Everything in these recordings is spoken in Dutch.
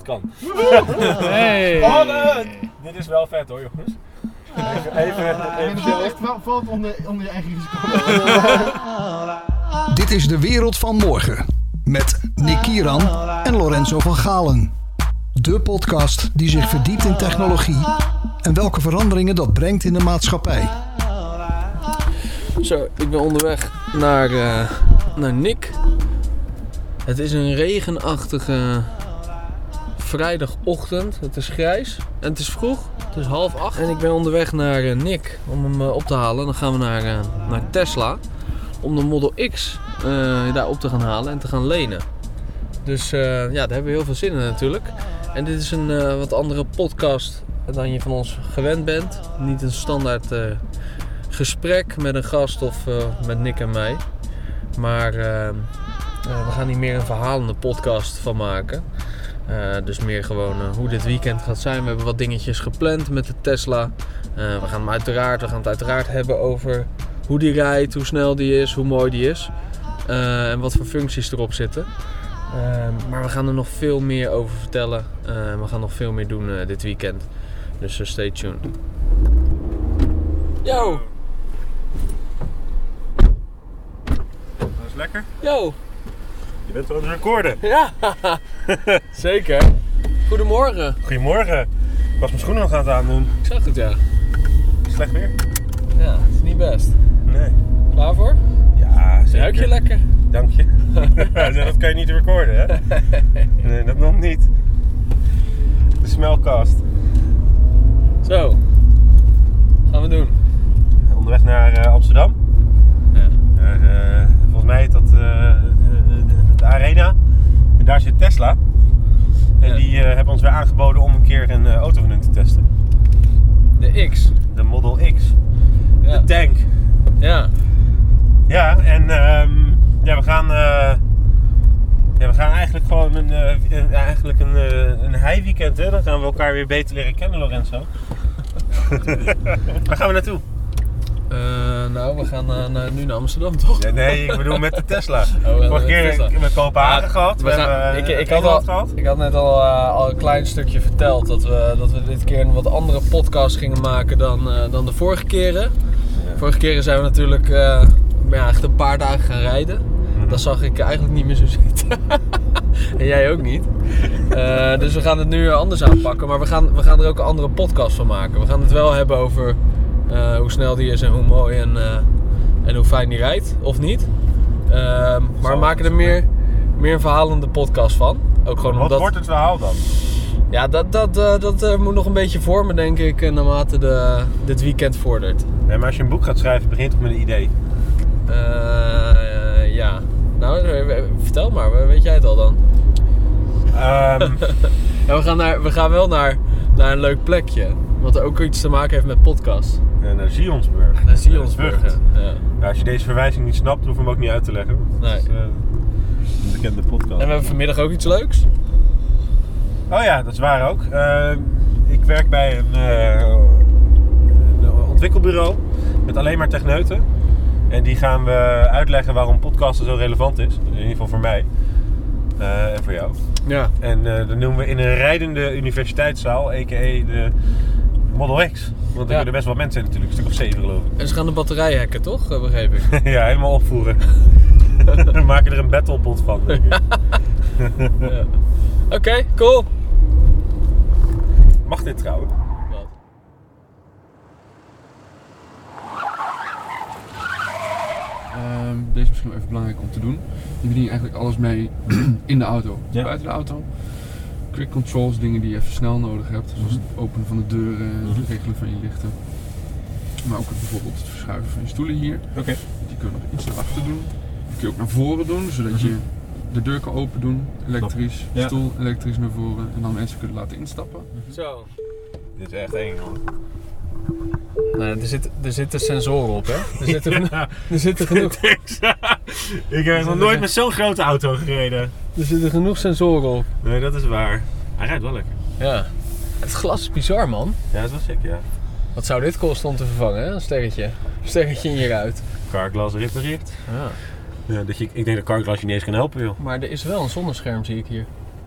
kan. Hey. Dit is wel vet hoor jongens. En het echt valt onder je eigen risico. Dit is de wereld van morgen. Met Nick Kieran en Lorenzo van Galen. De podcast die zich verdiept in technologie en welke veranderingen dat brengt in de maatschappij. Zo, ik ben onderweg naar Nick. Het is een regenachtige vrijdagochtend. Het is grijs en het is vroeg. Het is 7:30. En ik ben onderweg naar Nick om hem op te halen. Dan gaan we naar Tesla om de Model X daar op te gaan halen en te gaan lenen. Dus daar hebben we heel veel zin in natuurlijk. En dit is een wat andere podcast dan je van ons gewend bent. Niet een standaard gesprek met een gast of met Nick en mij. Maar we gaan hier meer een verhalende podcast van maken. Dus meer gewoon hoe dit weekend gaat zijn. We hebben wat dingetjes gepland met de Tesla. We gaan het uiteraard hebben over hoe die rijdt, hoe snel die is, hoe mooi die is. En wat voor functies erop zitten. Maar we gaan er nog veel meer over vertellen. We gaan nog veel meer doen dit weekend. Dus stay tuned. Yo! Dat is lekker. Yo! Je bent wel aan het recorden. Ja! Zeker. Goedemorgen. Goedemorgen. Ik was mijn schoenen nog aan het aandoen. Ik zag het, ja. Slecht weer? Ja, het is niet best. Nee. Klaar voor? Ja, zeker. Ruik je lekker? Dank je. Dat kan je niet recorden, hè? Nee, dat nog niet. De smelkast. Zo. Gaan we doen. Onderweg naar Amsterdam. Ja. Volgens mij heet dat de Arena. En daar zit Tesla. En die hebben ons weer aangeboden om een keer een auto van hun te testen. De X. De Model X. Ja. De tank. Ja. Ja, en we gaan eigenlijk gewoon een heiweekend, hè? Dan gaan we elkaar weer beter leren kennen, Lorenzo. Waar gaan we naartoe? We gaan nu naar Amsterdam, toch? Ja, nee, ik bedoel met de Tesla. Oh, Vorige keer hebben we Kopenhagen gehad. Ik had net al een klein stukje verteld dat we dit keer een wat andere podcast gingen maken dan de vorige keren. Ja. Vorige keren zijn we natuurlijk echt een paar dagen gaan rijden. Dat zag ik eigenlijk niet meer zo zitten. En jij ook niet. Dus we gaan het nu anders aanpakken. Maar we gaan er ook een andere podcast van maken. We gaan het wel hebben over hoe snel die is en hoe mooi en hoe fijn die rijdt. Of niet. Maar we maken er meer een verhalende podcast van. Ook gewoon Wat wordt het verhaal dan? Ja, dat moet nog een beetje vormen, denk ik, naarmate dit weekend vordert. Nee, maar als je een boek gaat schrijven, begint het met een idee. Ja. Nou, vertel maar. Weet jij het al dan? Ja, we gaan wel naar een leuk plekje. Wat ook iets te maken heeft met podcast. Naar Zionsburg. Naar Zionsburg, ja. Ja, als je deze verwijzing niet snapt, hoef je hem ook niet uit te leggen. Nee. Dat is een bekende podcast. En we hebben vanmiddag ook iets leuks. Oh ja, dat is waar ook. Ik werk bij een ontwikkelbureau met alleen maar techneuten. En die gaan we uitleggen waarom podcasten zo relevant is. In ieder geval voor mij. En voor jou. Ja. En dat noemen we in een rijdende universiteitszaal, a.k.a. de Model X. Want er kunnen best wel mensen zijn natuurlijk, een stuk of 7 geloof ik. En ze gaan de batterij hacken, toch? Begreep ik. Ja, helemaal opvoeren. We maken er een battlepot van. Ja. Oké, cool. Mag dit trouwens? Wat? Deze is misschien wel even belangrijk om te doen. Je bedient eigenlijk alles mee in de auto. Ja. Buiten de auto. Quick controls, dingen die je even snel nodig hebt. Zoals het openen van de deuren, het regelen van je lichten. Maar ook bijvoorbeeld het verschuiven van je stoelen hier. Oké. Die kun je nog iets naar achter doen. Die kun je ook naar voren doen, zodat je de deur kan open doen. Elektrisch, Ja. stoel elektrisch naar voren. En dan mensen kunnen laten instappen. Zo. Dit is echt eng hoor. Nou, er zitten sensoren op, hè? Er zitten genoeg. Ik heb nog nooit met zo'n grote auto gereden. Er zitten genoeg sensoren op. Nee, dat is waar. Hij rijdt wel lekker. Ja. Het glas is bizar, man. Ja, dat was sick, ja. Wat zou dit kosten om te vervangen, hè? Een sterretje. Een sterretje in je ruit. Carglass repareert. Ja. Ja, ik denk dat Carglass je niet eens kan helpen, joh. Maar er is wel een zonnescherm, zie ik hier.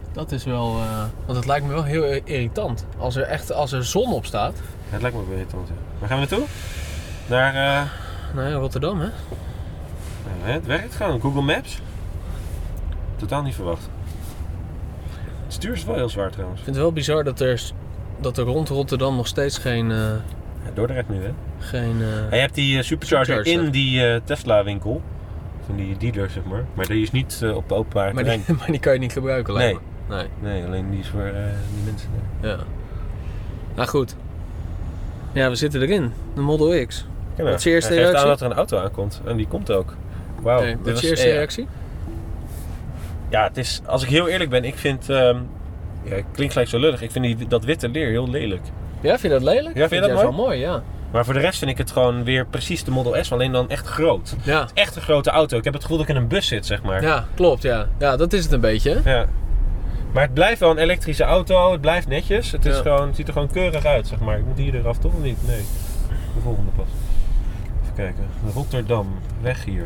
Dat is wel... want het lijkt me wel heel irritant. Als er zon op staat. Ja, het lijkt me ook wel irritant. Ja. Waar gaan we naartoe? Naar... Nou ja, Rotterdam, hè? Het werkt gewoon. Google Maps. Totaal niet verwacht. Het stuur is wel heel zwaar trouwens. Ik vind het wel bizar dat er rond Rotterdam nog steeds geen... Ja, Dordrecht nu, hè? En je hebt die supercharger Supercharger. in die Tesla winkel. Van die dealer, zeg maar. Maar die is niet op de openbare terrein. maar die kan je niet gebruiken, lijkt me. Nee, alleen die is voor die mensen. Ja. Nou goed. Ja, we zitten erin. De Model X. Wat is je eerste reactie? reactie? Aan dat er een auto aankomt. En die komt ook. Wauw. Nee, wat is je eerste reactie? Ja, het is... Als ik heel eerlijk ben, ik vind... ja, het klinkt gelijk zo lullig. Ik vind dat witte leer heel lelijk. Ja, vind je dat lelijk? Ja, vind je dat mooi? Wel mooi, ja. Maar voor de rest vind ik het gewoon weer precies de Model S. Alleen dan echt groot. Ja. Het is echt een grote auto. Ik heb het gevoel dat ik in een bus zit, zeg maar. Ja, klopt, ja. Ja, dat is het een beetje. Ja. Maar het blijft wel een elektrische auto. Het blijft netjes. Het, is gewoon, het ziet er gewoon keurig uit, zeg maar. Ik moet hier eraf, toch of niet? Nee. De volgende pas. Even kijken. Rotterdam. Weg hier.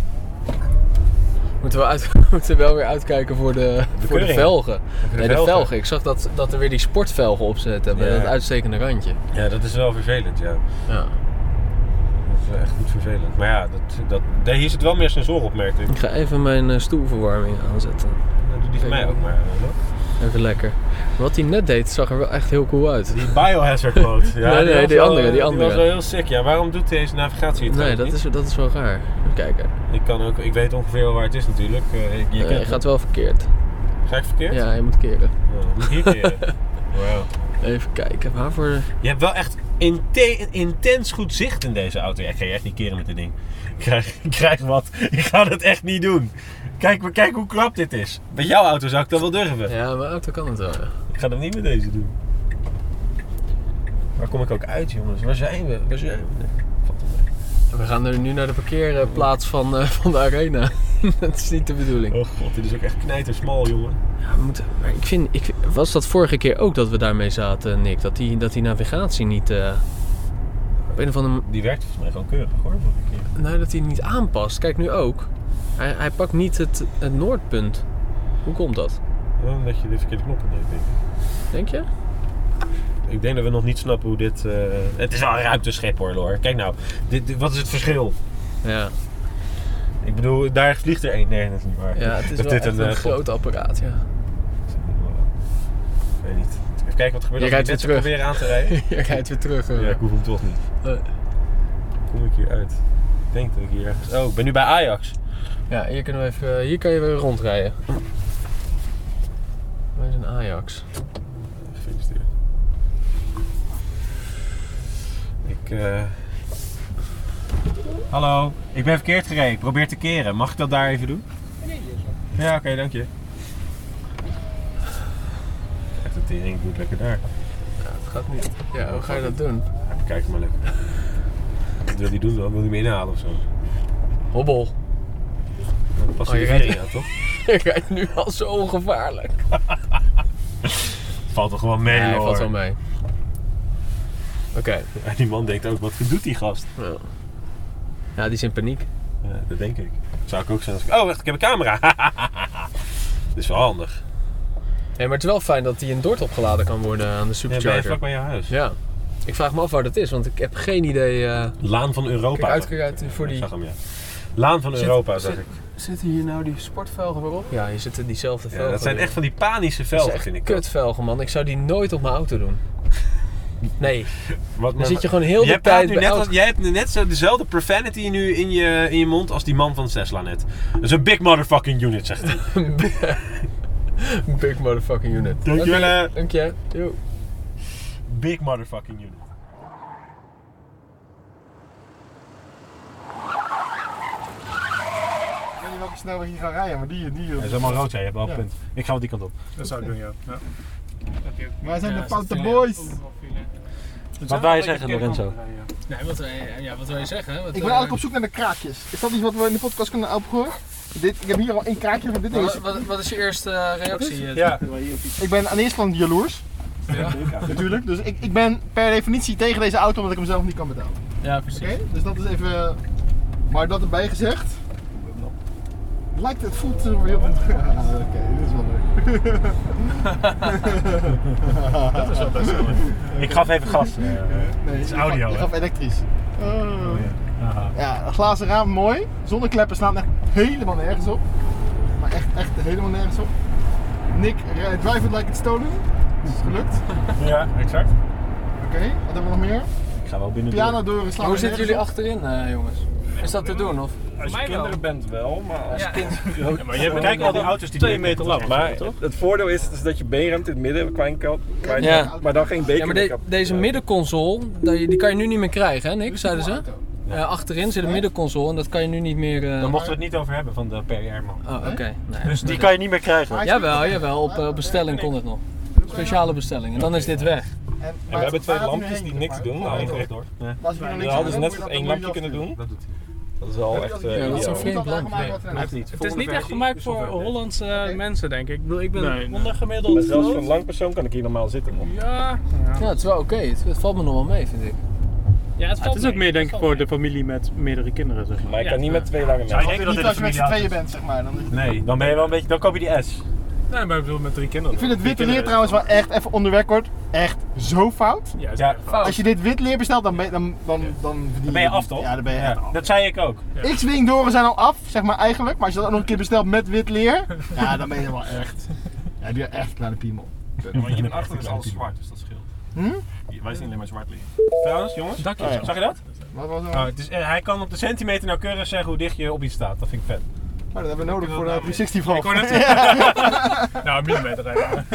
Moeten we wel weer uitkijken voor de velgen. De velgen. Ik zag dat er weer die sportvelgen op zitten. Met dat uitstekende randje. Ja, dat is wel vervelend, ja. Dat is echt goed vervelend. Maar ja, hier zit wel meer sensoren op, merk ik. Ik ga even mijn stoelverwarming aanzetten. Dat doet die van mij ook maar. Even lekker. Wat hij net deed, zag er wel echt heel cool uit. Die biohazard mode. Ja, nee, die andere. Die was wel heel sick, ja. Waarom doet deze navigatie het Nee, dat is wel raar. Even kijken. Ik weet ongeveer wel waar het is natuurlijk. Je gaat wel verkeerd. Ga ik verkeerd? Ja, je moet keren. Ja, moet hier keren. Wauw. Even kijken, waarvoor... Je hebt wel echt intens goed zicht in deze auto. Ja, ik ga je echt niet keren met dit ding. Ik krijg wat. Ik ga dat echt niet doen. Kijk hoe krap dit is. Met jouw auto zou ik dat wel durven. Ja, mijn auto kan het wel, ja. Ik ga dat niet met deze doen. Waar kom ik ook uit, jongens? Waar zijn we? Valt wel mee. We gaan er nu naar de parkeerplaats van de arena. Dat is niet de bedoeling. Oh god, dit is ook echt knijtersmal, jongen. Ja, maar ik vind, was dat vorige keer ook dat we daarmee zaten, Nick? Dat die navigatie niet... op een of andere... Die werkt volgens mij gewoon keurig, hoor. Nou, dat hij niet aanpast. Kijk, nu ook. Hij pakt niet het noordpunt. Hoe komt dat? Omdat je de verkeerde knoppen neemt, denk ik. Denk je? Ik denk dat we nog niet snappen hoe dit... Het is wel een ruimteschip, hoor. Kijk nou, wat is het verschil? Ja. Ik bedoel, daar vliegt er één. Nee, dat is niet waar. Ja, het is wel echt een groot apparaat, ja. Ik weet niet. Even kijken wat er gebeurt als mensen proberen aan te rijden. Je rijdt weer terug. Ja, ik hoef hem toch niet. Kom ik hier uit? Ik denk dat ik hier ergens... Oh, ik ben nu bij Ajax. Ja, hier kan je weer rondrijden. Wij zijn Ajax. Gefeliciteerd. Hallo, ik ben verkeerd gereden. Ik probeer te keren. Mag ik dat daar even doen? Nee, ja, oké, dank je. Echt de tering, ik doe het lekker daar. Ja, het gaat niet. Ja, hoe ga je dat doen? Ja, kijk maar lekker. Wat wil hij doen dan? Wil hij me inhalen of zo? Hobbel. Dan past hij weer in, ja, toch? Je rijdt nu al zo ongevaarlijk. Valt toch gewoon mee, hoor. Valt wel mee. Oké. En die man denkt ook, wat doet die gast? Ja, die is in paniek. Ja, dat denk ik. Zou ik ook zijn als ik... Oh, wacht, ik heb een camera. Dat is wel handig. Hey, maar het is wel fijn dat die in Dordt opgeladen kan worden aan de supercharger. Ja, ben je vlak bij je huis? Ja. Ik vraag me af waar dat is, want ik heb geen idee... Laan van Europa. Kijk uit voor die... Ik zag hem, ja. Laan van Europa, zag ik. Zitten hier nou die sportvelgen weer op? Ja, hier zitten diezelfde velgen. Ja, dat zijn echt van die panische velgen, vind ik. Kutvelgen, man. Ik zou die nooit op mijn auto doen. Nee. Dan zit je gewoon heel de tijd bij Jij hebt net zo dezelfde profanity nu in je mond als die man van Tesla net. Dat is een big motherfucking unit, zegt hij. Big motherfucking unit. Dankjewel. Dank je. Yo. Big motherfucking unit. Ik weet niet welke snelweg je gaat rijden, maar die Hij is helemaal rood, jij hebt wel een punt. Ik ga wel die kant op. Dat zou ik doen, ja. Wij zijn de foute boys. Wat wil je zeggen, Lorenzo? Nee, wat wil je zeggen? Ik ben eigenlijk op zoek naar de kraakjes. Is dat iets wat we in de podcast kunnen opgooien? Ik heb hier al één kraakje van dit ding. Wat is je eerste reactie? Ja. Ik ben aan de eerste kant jaloers. Ja. Natuurlijk. Dus ik ben per definitie tegen deze auto omdat ik hem zelf niet kan betalen. Ja, precies. Oké, dus dat is even... Maar dat erbij gezegd... Het voelt zo heel... Oké, dit is wel leuk. Dat is wel best wel leuk. Ik gaf even gas. Nee, het is audio. Je gaf elektrisch. Aha. Ja, glazen raam mooi. Zonnekleppen staan echt helemaal nergens op. Maar echt helemaal nergens op. Nick, drive it like it's stolen. Dat is gelukt. Ja, exact. Oké, wat hebben we nog meer? Ik ga wel binnen Pianodoren slaan Hoe er zitten nergens jullie op. achterin, jongens? Is dat te doen, of? Als je mij wel. kinderen bent wel, maar als kind... maar je bekijkt al die auto's die 2 meter lang. Maar het voordeel is dat je beenruimte in het midden, Ja. maar dan geen Ja, maar beker. deze middenconsole, die kan je nu niet meer krijgen, hè Nick, zeiden ze? Achterin zit een middenconsole en dat kan je nu niet meer... Dan mochten we het niet over hebben van de PR-man. Oh, oké. Nee. Dus die kan je niet meer krijgen. Jawel, op bestelling kon het nog. Speciale bestelling. En dan is dit weg. En we hebben 2 lampjes die niks doen. door. We hadden ze net 1 lampje kunnen doen. Dat doet hij. Dat is wel echt Ja, dat is een ideaal. vreemd lamp. Het is niet echt gemaakt voor Hollandse mensen, denk ik. Ik ben Nee. ondergemiddeld Maar zelfs voor groot. een lang persoon kan ik hier normaal zitten nog. Ja, Ja, het is wel oké. Het valt me nog wel mee, vind ik. ja, het Het valt is ook mee. meer denk ik Het voor valt de familie met meerdere kinderen, zeg maar. Maar ik Ja. kan niet met 2 lange Zou je mensen. denken dat Niet dit als een je met z'n familieauto tweeën is? bent, zeg maar. Dan is het... Nee, dan ben je wel een beetje, dan koop je die S. Nee, maar ik bedoel met 3 kinderen. Ik vind het witte leer trouwens wel echt, even on the record, echt zo fout. Ja, Ja, Als je dit wit leer bestelt, dan ben je af, toch? Ja, dan ben je echt af. Dat zei ik ook. X-wing-doren zijn al af, zeg maar eigenlijk. Maar als je dat ook nog een keer bestelt met wit leer, ja, dan ben je wel echt. Ja, heb je echt een kleine piemel. Want je achter is alles zwart, dus dat scheelt. Wij zien alleen maar zwart liggen. Trouwens, jongens, Oh, ja. zag je dat? Wat was Oh, het is, hij kan op de centimeter nauwkeurig zeggen hoe dicht je op iets staat. Dat vind ik vet. Oh, dat hebben we nodig voor de 360 vlog. Ik hoor net Nou, een millimeter rijden.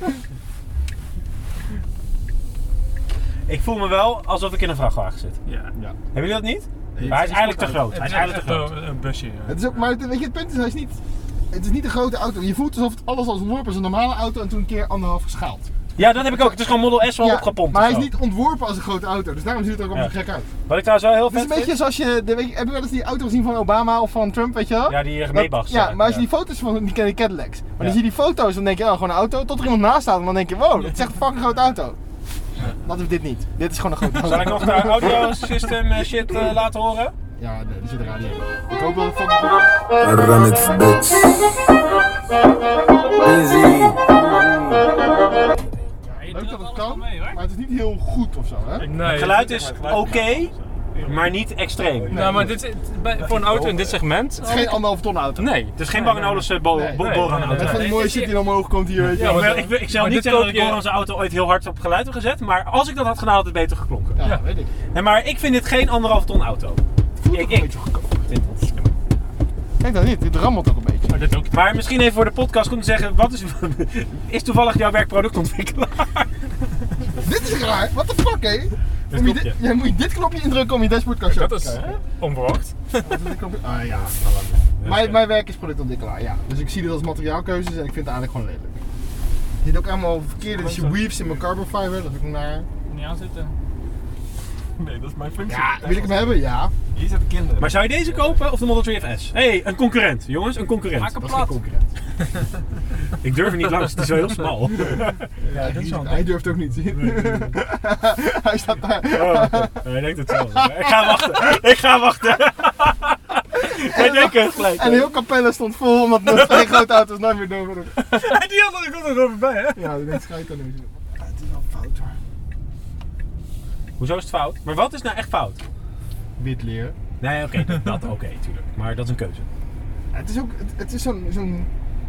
Ik voel me wel alsof ik in een vrachtwagen zit. Ja. Ja. Hebben jullie dat niet? Nee, Maar hij is het eigenlijk te goed groot. uit. Hij is eigenlijk te groot. Een busje. Ja. Het is ook, maar weet je, het punt is, het is niet een grote auto. Je voelt alsof het alles als ontworpen is, een normale auto en toen een keer 1,5 geschaald. Ja, dat heb ik ook. Het is gewoon Model S wel opgepompt. maar hij of is zo. niet ontworpen als een grote auto, dus daarom ziet het er ook allemaal Ja. gek uit. Wat ik trouwens wel heel Het is vet een beetje vind. zoals heb je wel eens die auto gezien van Obama of van Trump, weet je wel? Ja, die Dat- Maybachs. Ja, maar als je die foto's van die Cadillacs, maar Ja. dan zie je die foto's, dan denk je, oh, gewoon een auto, tot er iemand naast staat en dan denk je, wow, dat is echt een fucking grote auto. Dat is dit niet. Dit is gewoon een grote auto. Zal ik nog de audio system shit laten horen? Ja, nee, er zit een radio. Ik hoop dat het fucking goed is. Run it, bitch. Busy. Leuk dat het kan, maar het is niet heel goed of zo, hè? Nee, Het geluid is oké, maar niet extreem. Nou, maar dit is, voor een auto in dit segment. Het is geen 1,5 ton auto. Nee. Het is geen Bang & Olufsen Boran-auto. Met van die mooie shit die dan omhoog komt hier, weet je Ja, wel. maar Ik zal maar niet dit zeggen dat koop ik je- Boran's auto ooit heel hard op geluid heb gezet, maar als ik dat had gedaan had het beter geklonken. Ja, weet ik. Nee, maar ik vind dit geen 1,5 ton auto. Voelt ook een beetje goedkoop. Kijk dat niet, dit rammelt ook een beetje. Maar dit ook. Maar misschien even voor de podcast om te zeggen, wat is toevallig jouw werk productontwikkelaar? Dit is raar, what the fuck, hé? Moet je, knopje. moet je dit knopje indrukken om je dashboard Dat is onverwacht. Ah ja. Mijn werk is productontwikkelaar, ja. Dus ik zie dit als materiaalkeuzes en ik vind het eigenlijk gewoon lelijk. Je ziet ook allemaal verkeerde weaves in mijn carbon fiber, dat vind ik naar. Niet aan zitten. Nee, dat is mijn functie. Ja, wil ik hem hebben? Ja. Hier zitten kinderen. Maar zou je deze kopen of de Model 3 FS? Hé, een concurrent, jongens, een concurrent. Maak hem Dat is geen plat. concurrent. Ik durf er niet langs, het is wel heel smal. Ja, hij durft ook niet. Hij staat daar. Oh, hij denkt hetzelfde. Ik ga wachten. Hij denkt het gelijk. En heel Capelle stond vol omdat er 2 grote auto's nooit meer door worden. Die andere komt er over bij, hè? Ja, dat schijt dan niet. Het is wel fout hoor. Hoezo is het fout? Maar wat is nou echt fout? Wit leer. Nee, oké, dat oké, tuurlijk. Maar dat is een keuze. Het is ook, het is zo'n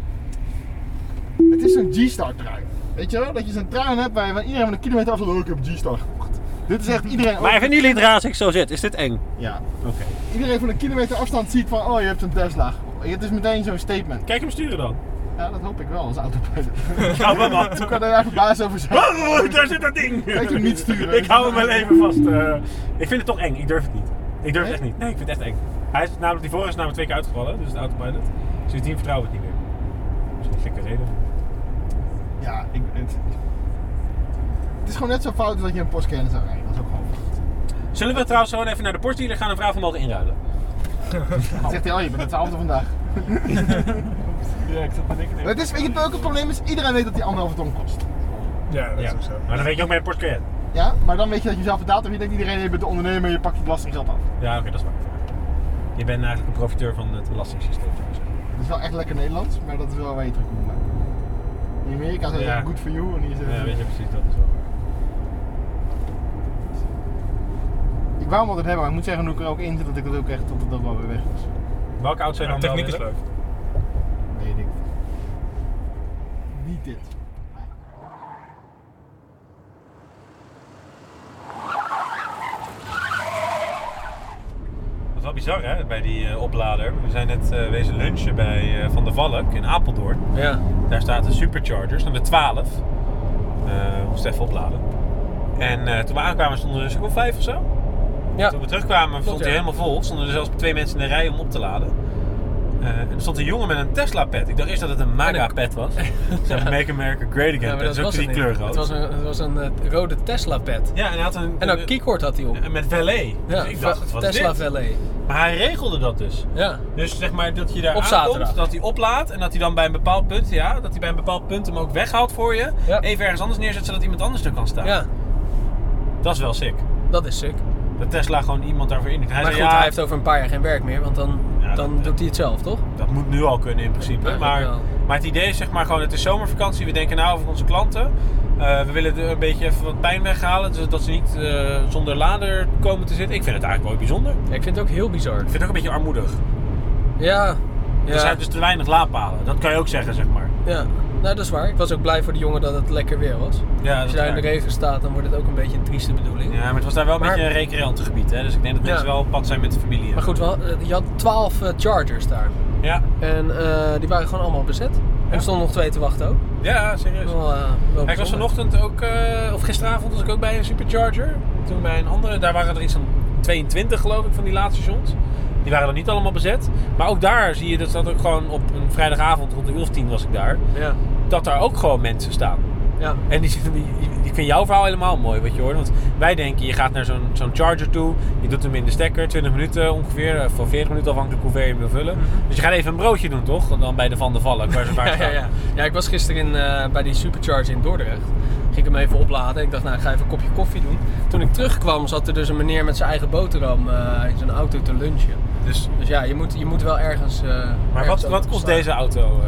het is zo'n G-Star trui. Weet je wel? Dat je zo'n trui hebt waar je van iedereen van een kilometer af zegt, oh ik heb een G-Star gekocht. Dit is echt iedereen. Maar vinden jullie het raar als ik zo zit? Is dit eng? Ja. Oké. Iedereen van een kilometer afstand ziet van, oh je hebt een Tesla gekocht. Het is meteen zo'n statement. Kijk hem sturen dan. Ja, dat hoop ik wel als autopilot. Hou me wat. Hoe kan er daar verbaasd over zijn? Oh, daar zit dat ding. Kijk hem niet sturen. Ik hou hem wel even vast. Ik vind het toch eng. Ik durf het niet. Ik durf het Nee? echt niet. Nee, ik vind het echt eng. Hij is namelijk, die vorige is namelijk 2 keer uitgevallen, dus de autopilot. Sindsdien vertrouwen we het niet meer. Dat is een gekke reden. Ja, het is gewoon net zo fout als dat je een Porsche Cayenne zou rijden. Dat is ook gewoon fout. Zullen we trouwens gewoon even naar de Porsche dealer gaan en vragen of we mogen inruilen? Dan zegt hij, oh je bent hetzelfde vandaag. Ja, ik zat te denken. Maar het is, weet je welke probleem is? Iedereen weet dat die 1,5 ton kost. Ja, dat Ja. is ook zo. Maar dan weet je ook bij een Porsche Cayenne. Ja, maar dan weet je dat je zelf betaalt en je denkt iedereen, je bent de ondernemer, je pakt je belastinggeld af. Ja, oké, dat is waar. Je bent eigenlijk een profiteur van het belastingssysteem, zou ik zeggen. Het is wel echt lekker Nederlands, maar dat is wel waar je terug moet maken. In Amerika zou je zeggen good for you en hier zeggen Ja, weet je precies, dat is wel waar. Ik wou hem altijd hebben, maar ik moet zeggen, toen ik er ook in zit, dat ik dat ook echt tot het wel weer weg was. Welke auto zijn dan techniek is willen? leuk. Nee, niet dit. Dat is wel bizar hè, bij die oplader. We zijn net wezen lunchen bij Van der Valk in Apeldoorn. Ja. Daar staat een Superchargers, nummer 12. Moest even opladen. En toen we aankwamen stonden er een stuk of 5 of zo. Ja. Toen we terugkwamen stond ja. hij helemaal vol. Stonden er zelfs 2 mensen in de rij om op te laden. En er stond een jongen met een Tesla pet. Ik dacht eerst dat het een MAGA pet was. Make America Great Again. Ja, maar dat is ook die kleur rood. Het was een rode Tesla pet. Ja, en hij had een... En ook keycord had hij op. Met valet. Ja, Dus ik dacht, wat Tesla is dit? Valet. Maar hij regelde dat dus. Ja. Dus zeg maar dat je daar Op aankomt, zaterdag. dat hij oplaadt en dat hij dan bij een bepaald punt, dat hij bij een bepaald punt hem ook weghaalt voor je. Ja. Even ergens anders neerzet zodat iemand anders er kan staan. Ja, Dat is wel sick. dat is sick. Dat Tesla gewoon iemand daarvoor in. Hij Maar zei, goed, hij heeft over een paar jaar geen werk meer, want dan doet hij het zelf, toch? dat moet nu al kunnen in principe. Eigenlijk wel. Maar het idee is zeg maar gewoon, het is zomervakantie. We denken nou over onze klanten. We willen er een beetje even wat pijn weghalen, zodat ze niet zonder lader komen te zitten. Ik vind het eigenlijk wel bijzonder. Ja, ik vind het ook heel bizar. Ik vind het ook een beetje armoedig. Ja. Er zijn dus te weinig laadpalen. Dat kan je ook zeggen, zeg maar. Ja, nou dat is waar. Ik was ook blij voor de jongen dat het lekker weer was. Ja, Als je daar in de regen staat, dan wordt het ook een beetje een trieste bedoeling. Ja, maar het was daar wel een Maar- beetje een recreantengebied, hè? Dus ik denk dat mensen wel op pad zijn met de familie. Maar goed, je had 12 Chargers daar. Ja, En die waren gewoon allemaal bezet. En er stonden nog 2 te wachten ook. ja serieus. Wel Ik was bijzonder. vanochtend ook, of gisteravond was ik ook bij een Supercharger. Toen bij een andere, daar waren er iets van 22 geloof ik van die laadstations. Die waren dan niet allemaal bezet. Maar ook daar zie je, dat zat ook gewoon op een vrijdagavond rond de uur of 10 was ik daar. Ja. Dat daar ook gewoon mensen staan. Ja. En ik vind jouw verhaal helemaal mooi wat je hoort. Want wij denken, je gaat naar zo'n charger toe. Je doet hem in de stekker, 20 minuten ongeveer. Voor 40 minuten afhankelijk hoeveel je hem wil vullen. Dus je gaat even een broodje doen toch? Dan bij de Van der Valk waar ze vaak staan. Ja, ik was gisteren bij die Supercharger in Dordrecht. Ging ik hem even opladen. Ik dacht, nou, ik ga even een kopje koffie doen. Toen ik terugkwam, zat er dus een meneer met zijn eigen boterham in zijn auto te lunchen. Dus ja, je moet wel ergens... Maar wat kost deze auto?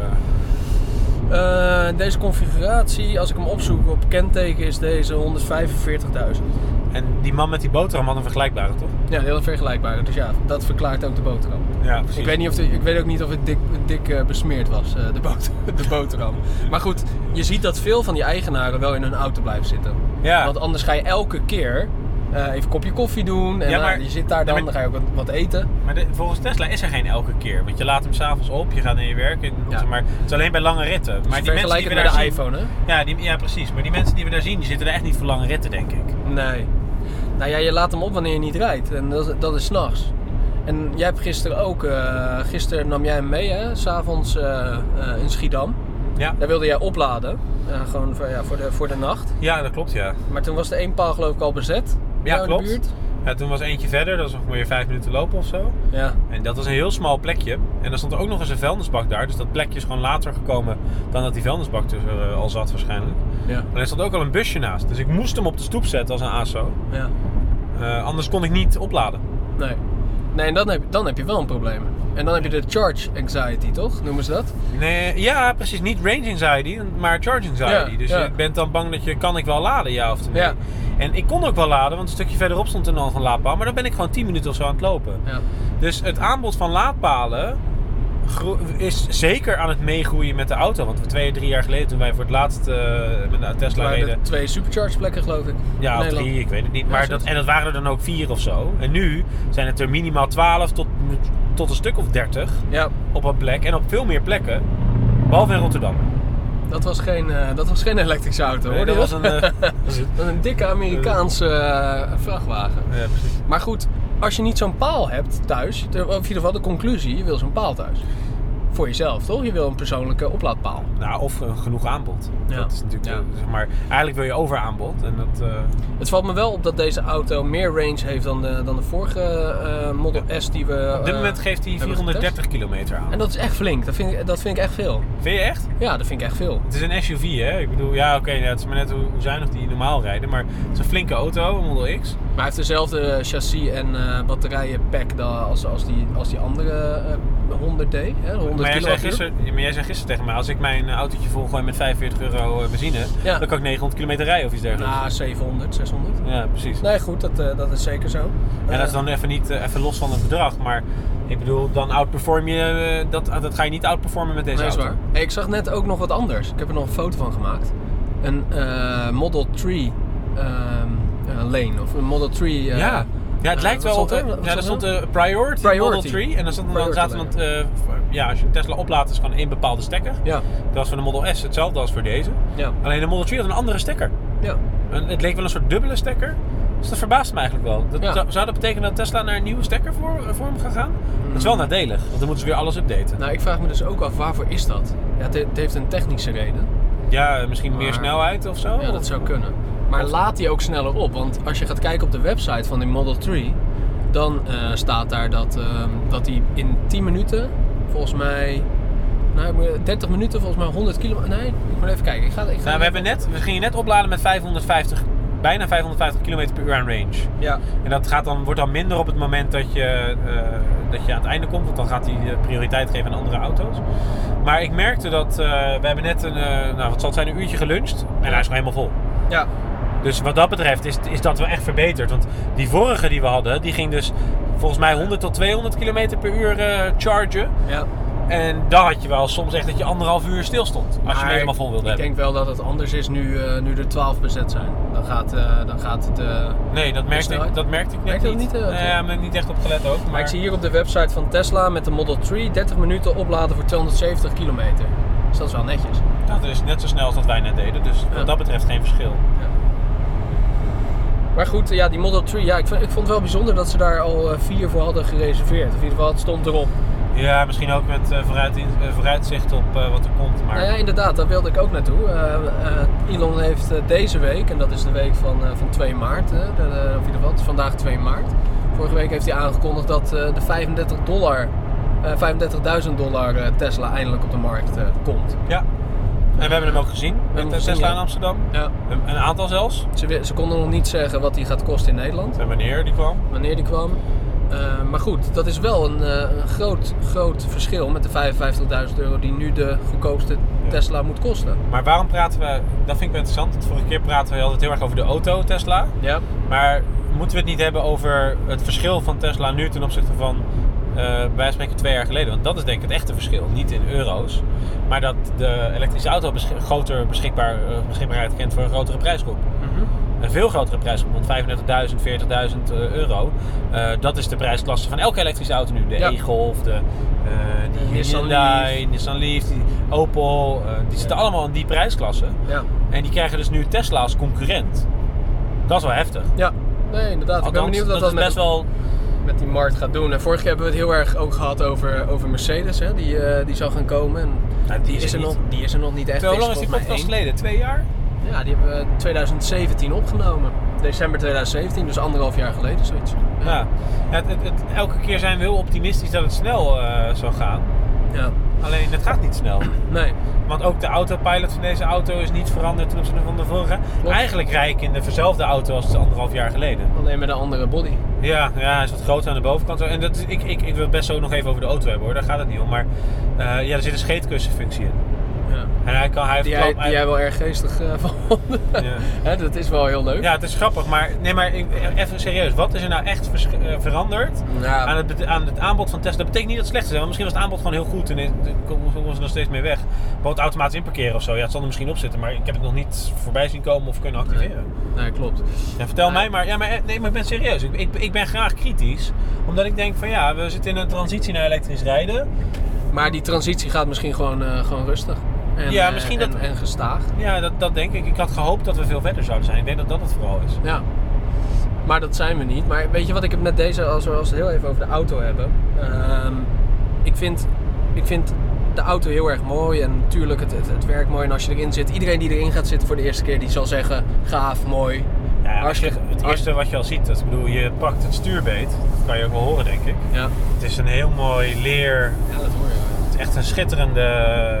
Deze configuratie, als ik hem opzoek op kenteken, is deze 145.000. En die man met die boterham had een vergelijkbare, toch? Ja, heel vergelijkbare. Dus ja, dat verklaart ook de boterham. Ja, precies. Ik weet ook niet of het dik besmeerd was, de boterham. Maar goed, je ziet dat veel van die eigenaren wel in hun auto blijven zitten. Ja. Want anders ga je elke keer even een kopje koffie doen en Ja, maar- je zit daar dan, maar- dan ga je ook wat eten. Maar volgens Tesla is er geen elke keer. Want je laat hem s'avonds op, je gaat naar je werk. En, Ja. zeg maar, het is alleen bij lange ritten. Maar die mensen Vergelijk die we het daar met de zien, iPhone, hè? Ja, precies. Maar die mensen die we daar zien, die zitten er echt niet voor lange ritten, denk ik. Nee. Nou ja, je laat hem op wanneer je niet rijdt. En dat is 's nachts. En jij hebt gisteren ook... gisteren nam jij hem mee, hè? 's avonds in Schiedam. Ja, Daar wilde jij opladen. Gewoon voor de nacht. ja dat klopt, ja. Maar toen was de één paal geloof ik al bezet. Bij Ja, jou in de klopt. buurt. Ja, toen was eentje verder, dat was ongeveer 5 minuten lopen of zo. Ja. En dat was een heel smal plekje. En er stond ook nog eens een vuilnisbak daar. Dus dat plekje is gewoon later gekomen dan dat die vuilnisbak er al zat waarschijnlijk. Ja. Maar er stond ook al een busje naast. Dus ik moest hem op de stoep zetten als een ASO. Ja. Anders kon ik niet opladen. Nee. Nee, en dan heb je wel een probleem. En dan heb je de charge anxiety, toch? Noemen ze dat? Nee, ja, precies. Niet range anxiety, maar charge anxiety. Ja, dus ja. je bent dan bang dat kan ik wel laden, ja of nee? Ja. En ik kon ook wel laden, want een stukje verderop stond er nog een laadpaal. Maar dan ben ik gewoon 10 minuten of zo aan het lopen. Ja. Dus het aanbod van laadpalen is zeker aan het meegroeien met de auto. Want 2-3 jaar geleden, toen wij voor het laatst met de Tesla Maar reden... de 2 supercharge plekken, geloof ik. Ja, in of Nederland. 3, ik weet het niet. Ja, Maar zoiets. dat waren er dan ook 4 of zo. En nu zijn het er minimaal 12 tot een stuk of 30 Ja, op een plek. En op veel meer plekken. Behalve in Rotterdam. dat was geen elektrische auto, hoor. Nee, dat was een... Dat was een dikke Amerikaanse vrachtwagen. ja, precies. Maar goed, als je niet zo'n paal hebt thuis, of in ieder geval de conclusie, je wil zo'n paal thuis. Voor jezelf, toch? Je wil een persoonlijke oplaadpaal. Nou, of genoeg aanbod. Ja. Dat is natuurlijk, Ja. zeg maar, eigenlijk wil je overaanbod. En dat, Het valt me wel op dat deze auto meer range heeft dan de vorige Model S die we op dit moment geeft hij hebben 430 kilometer aan. En dat is echt flink. Dat vind ik echt veel. Vind je echt? Ja, dat vind ik echt veel. Het is een SUV, hè? Ik bedoel, ja, oké, het is maar net hoe zuinig die normaal rijden. Maar het is een flinke auto, een Model X. Maar hij heeft dezelfde chassis en batterijenpack als die andere 100D, hè, 100 Maar kilowattuur. jij zei gisteren tegen mij, als ik mijn autootje volgooi met €45 benzine, dan kan ik 900 kilometer rijden of iets dergelijks. Nou, 700, 600. Ja, precies. Nee, goed, dat is zeker zo. En dat is dan even los van het bedrag, maar ik bedoel, dan outperform je, dat ga je niet outperformen met deze Nee, is auto. waar. Hey, ik zag net ook nog wat anders. Ik heb er nog een foto van gemaakt. Een Model 3 lane, of een Model 3... Ja, het lijkt wel... Er stond Priority Model 3 en dan zaten als je een Tesla oplaadt is gewoon één bepaalde stekker. Ja. Dat was voor de Model S hetzelfde als voor deze. Ja. Alleen de Model 3 had een andere stekker. Ja. En het leek wel een soort dubbele stekker. Dus dat verbaast me eigenlijk wel. Zou dat betekenen dat Tesla naar een nieuwe stekker voor hem gaat gaan? Dat is wel nadelig, want dan moeten ze weer alles updaten. Nou, ik vraag me dus ook af, waarvoor is dat? Ja, het heeft een technische reden. Ja, misschien meer snelheid of zo? Ja, dat zou kunnen. Maar laat die ook sneller op. Want als je gaat kijken op de website van die Model 3... dan staat daar dat die in 10 minuten, volgens mij... 30 minuten, volgens mij 100 kilometer... Nee, ik moet even kijken. We gingen net opladen met bijna 550 km per uur aan range. Ja. En dat wordt dan minder op het moment dat je aan het einde komt. Want dan gaat hij prioriteit geven aan andere auto's. Maar ik merkte dat... we hebben net een uurtje geluncht. En hij is nog helemaal vol. Ja. Dus wat dat betreft is dat wel echt verbeterd. Want die vorige die we hadden, die ging dus volgens mij 100 tot 200 km per uur chargen. Ja. En dan had je wel soms echt dat je 1,5 uur stil stond. Als je hem helemaal vol wilde hebben. Ik denk wel dat het anders is nu er 12 bezet zijn. Dan gaat het... Nee, dat merkte ik net niet. Ja, maar niet echt op gelet ook. Maar ik zie hier op de website van Tesla met de Model 3 30 minuten opladen voor 270 kilometer. Dus dat is wel netjes. Dat is net zo snel als dat wij net deden. Dus wat dat betreft geen verschil. Ja. Maar goed, ja, die Model 3, ik vond het wel bijzonder dat ze daar al 4 voor hadden gereserveerd. Of in ieder geval, het stond erop. Ja, misschien ook met vooruitzicht op wat er komt. Maar... Nou ja, inderdaad, daar wilde ik ook naartoe. Elon heeft deze week, en dat is de week van 2 maart, of in ieder geval, het is vandaag 2 maart. Vorige week heeft hij aangekondigd dat de $35.000 Tesla eindelijk op de markt komt. Ja. En we hebben hem ook gezien met Tesla in Amsterdam. Ja. Een aantal zelfs. Ze konden nog niet zeggen wat die gaat kosten in Nederland. En wanneer die kwam. Maar goed, dat is wel een groot verschil met de €55.000 die nu de goedkoopste Tesla moet kosten. Maar waarom praten we, dat vind ik wel interessant, want vorige keer praten we altijd heel erg over de auto Tesla. Ja. Maar moeten we het niet hebben over het verschil van Tesla nu ten opzichte van wij spreken 2 jaar geleden? Want dat is denk ik het echte verschil, niet in euro's. Maar dat de elektrische auto groter beschikbaarheid kent voor een grotere prijsgroep. Mm-hmm. Een veel grotere prijsgroep, want €35.000, €40.000. Dat is de prijsklasse van elke elektrische auto nu. De e-Golf, de Hyundai, Nissan Leaf, Opel. Die zitten allemaal in die prijsklasse. Ja. En die krijgen dus nu Tesla als concurrent. Dat is wel heftig. Ja, nee, inderdaad. Ik ben benieuwd dat is best wel... met die markt gaat doen. En vorig jaar hebben we het heel erg ook gehad over Mercedes, hè, die zou gaan komen. En ja, die is er nog niet echt. Hoe lang is die podcast geleden? 2 jaar? Ja, die hebben we 2017 opgenomen. December 2017, dus 1,5 jaar geleden zoiets. Ja. Elke keer zijn we heel optimistisch dat het snel zal gaan. Ja. Alleen het gaat niet snel. Nee. Want ook de autopilot van deze auto is niet veranderd ten opzichte van de vorige. Klopt. Eigenlijk rij ik in dezelfde auto als 1,5 jaar geleden. Alleen met een andere body. Ja, hij is wat groter aan de bovenkant. En dat is, ik wil best zo nog even over de auto hebben hoor, daar gaat het niet om. Maar er zit een scheetkussenfunctie in. Ja. En die jij wel erg geestig vond. Ja. Dat is wel heel leuk. Ja, het is grappig, maar even serieus. Wat is er nou echt veranderd aan het aanbod van Tesla? Dat betekent niet dat het slecht is. Want misschien was het aanbod gewoon heel goed en komen ze nog steeds mee weg. Bijvoorbeeld automatisch inparkeren of zo. Ja, het zal er misschien op zitten, maar ik heb het nog niet voorbij zien komen of kunnen activeren. Nee klopt. Ja, vertel mij maar. Ja, maar ik ben serieus. Ik ben graag kritisch, omdat ik denk van we zitten in een transitie naar elektrisch rijden. Maar die transitie gaat misschien gewoon rustig. En gestaag. Ja, dat denk ik. Ik had gehoopt dat we veel verder zouden zijn. Ik denk dat dat het vooral is. Ja. Maar dat zijn we niet. Maar weet je wat ik met deze, als we het heel even over de auto hebben. Ik vind de auto heel erg mooi. En natuurlijk het werkt mooi. En als je erin zit, iedereen die erin gaat zitten voor de eerste keer, die zal zeggen, gaaf, mooi. Ja, het eerste wat je al ziet, je pakt het stuurbeet. Dat kan je ook wel horen, denk ik. Ja. Het is een heel mooi leer. Ja, dat hoor je wel. Het is echt een schitterend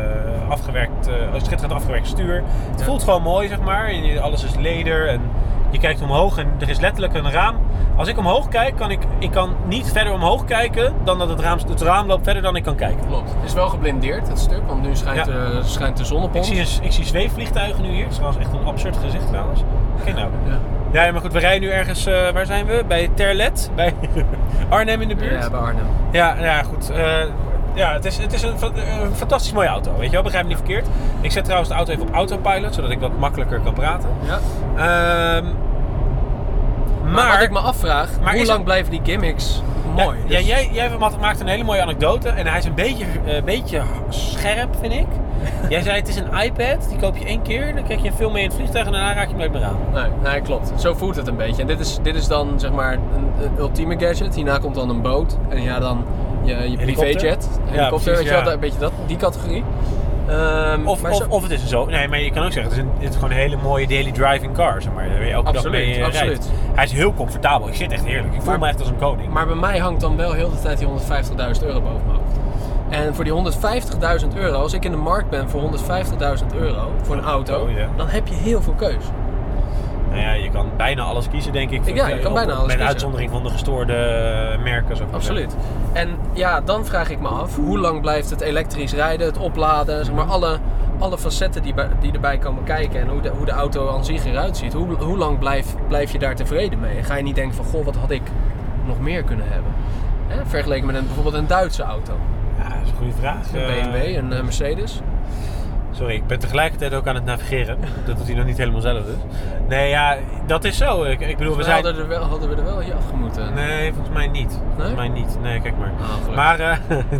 afgewerkt stuur. Het voelt gewoon mooi, zeg maar. Alles is leder en Je kijkt omhoog en er is letterlijk een raam. Als ik omhoog kijk, kan niet verder omhoog kijken dan dat het raam loopt verder dan ik kan kijken. Klopt. Het is wel geblindeerd, het stuk, want nu schijnt de zon op ons. Ik zie zweefvliegtuigen nu hier. Het is trouwens echt een absurd gezicht trouwens. Kijk nou. Ja, maar goed, we rijden nu ergens, waar zijn we? Bij Terlet, bij Arnhem in de buurt. Ja, bij Arnhem. Ja, goed. Het is een fantastisch mooie auto, weet je wel, begrijp me niet verkeerd. Ik zet trouwens de auto even op autopilot, zodat ik wat makkelijker kan praten. Ja. Maar wat ik me afvraag, hoe lang blijven die gimmicks mooi? Ja, jij maakt een hele mooie anekdote en hij is een beetje scherp, vind ik. Jij zei het is een iPad, die koop je 1 keer, dan kijk je een film mee in het vliegtuig en daarna raak je hem nooit meer aan. Nee, klopt. Zo voelt het een beetje. En dit is dan zeg maar een ultieme gadget. Hierna komt dan een boot en ja, dan je privéjet. Helikopter, weet je wel, een beetje die categorie. Of het is zo. Nee, maar je kan ook zeggen, het is gewoon een hele mooie daily driving car, zeg maar. Waar je elke dag mee rijdt. Hij is heel comfortabel. Ik zit echt heerlijk. Ik voel me echt als een koning. Maar bij mij hangt dan wel heel de tijd die €150.000 boven mijn hoofd. En voor die €150.000, als ik in de markt ben voor €150.000 voor een auto, dan heb je heel veel keus. Nou ja, je kan bijna alles kiezen, denk ik. Ja, je kan bijna alles kiezen. Met uitzondering van de gestoorde merken. Zo absoluut. En ja, dan vraag ik me af, hoe lang blijft het elektrisch rijden, het opladen, zeg maar alle facetten die erbij komen kijken en hoe de auto aan zich eruit ziet. Hoe lang blijf je daar tevreden mee? En ga je niet denken van, goh, wat had ik nog meer kunnen hebben? Vergeleken met bijvoorbeeld een Duitse auto. Ja, dat is een goede vraag. Een BMW, een Mercedes. Sorry, ik ben tegelijkertijd ook aan het navigeren. Dat doet hij nog niet helemaal zelf dus. Nee, ja, dat is zo. Ik bedoel, hadden we er wel hier afgemoeten. Nee, volgens mij niet. Nee? Volgens mij niet. Nee, kijk maar. Oh, maar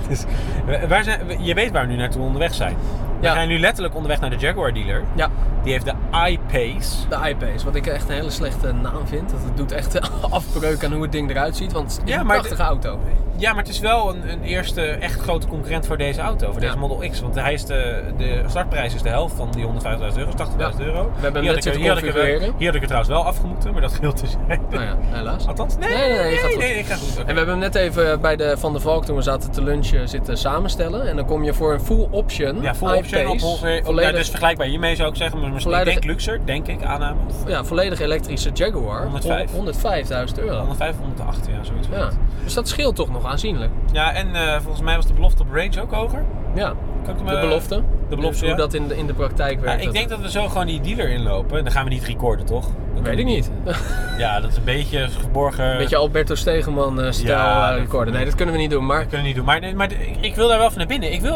je weet waar we nu naartoe onderweg zijn. We zijn nu letterlijk onderweg naar de Jaguar dealer. Ja. Die heeft de I-Pace. De I-Pace, wat ik echt een hele slechte naam vind. Het doet echt afbreuk aan hoe het ding eruit ziet. Want het is een prachtige auto. Ja, maar het is wel een eerste echt grote concurrent voor deze auto. Voor deze Model X. Want hij is de startprijs is de helft van die €150.000, €80.000. We hebben hem net zitten configureren. Hier had ik er trouwens wel afgemoeten, maar dat geldt dus. Nou ja, helaas. Althans? Nee, gaat goed. Ik ga goed. Okay. En we hebben hem net even bij de Van der Valk, toen we zaten te lunchen, zitten samenstellen. En dan kom je voor een full option. Ja, full option op volledig, dus vergelijkbaar hiermee zou ik zeggen. Maar misschien ik denk luxer, denk ik, aanname. Ja, volledig elektrische Jaguar. €105.000. 105, 108, ja, zoiets. Ja. Dus dat scheelt toch nog aanzienlijk. Ja, en volgens mij was de belofte op range ook hoger. Ja, de belofte. Dus hoe dat in de praktijk werkt. Ja, ik denk dat we zo gewoon die dealer inlopen. En dan gaan we niet recorden, toch? Dat weet ik niet. Ja, dat is een beetje verborgen. Een beetje Alberto Stegeman stijl recorden. Nee, dat kunnen we niet doen. Maar ik wil daar wel van naar binnen. Ik wil